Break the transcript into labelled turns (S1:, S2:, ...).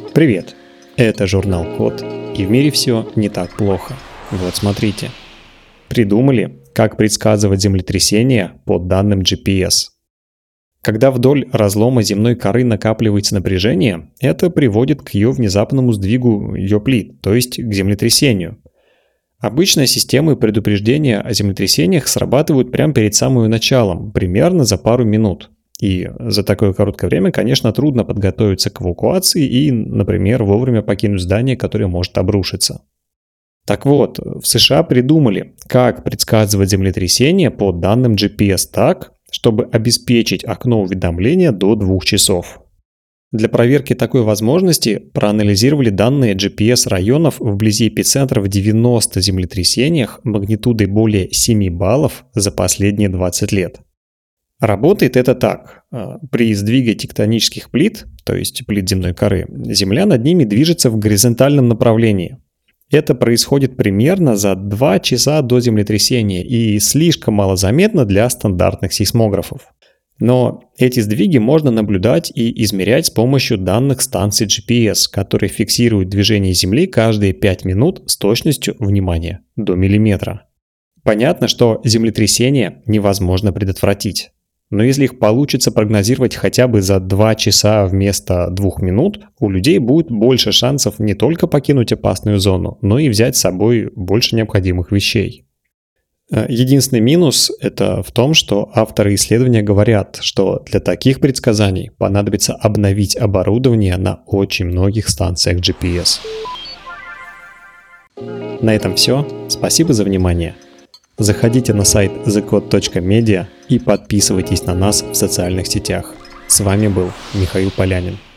S1: Привет! Это журнал Код, и в мире все не так плохо. Вот смотрите. Придумали, как предсказывать землетрясения по данным GPS. Когда вдоль разлома земной коры накапливается напряжение, это приводит к ее внезапному сдвигу ее плит, то есть к землетрясению. Обычно системы предупреждения о землетрясениях срабатывают прямо перед самым началом, примерно за пару минут. И за такое короткое время, конечно, трудно подготовиться к эвакуации и, например, вовремя покинуть здание, которое может обрушиться. Так вот, в США придумали, как предсказывать землетрясения по данным GPS так, чтобы обеспечить окно уведомления до 2 часов. Для проверки такой возможности проанализировали данные GPS районов вблизи эпицентра в 90 землетрясениях магнитудой более 7 баллов за последние 20 лет. Работает это так. При сдвиге тектонических плит, то есть плит земной коры, Земля над ними движется в горизонтальном направлении. Это происходит примерно за 2 часа до землетрясения и слишком малозаметно для стандартных сейсмографов. Но эти сдвиги можно наблюдать и измерять с помощью данных станций GPS, которые фиксируют движение Земли каждые 5 минут с точностью, внимание, до миллиметра. Понятно, что землетрясения невозможно предотвратить. Но если их получится прогнозировать хотя бы за 2 часа вместо 2 минут, у людей будет больше шансов не только покинуть опасную зону, но и взять с собой больше необходимых вещей. Единственный минус это в том, что авторы исследования говорят, что для таких предсказаний понадобится обновить оборудование на очень многих станциях GPS. На этом все. Спасибо за внимание. Заходите на сайт thecode.media и подписывайтесь на нас в социальных сетях. С вами был Михаил Полянин.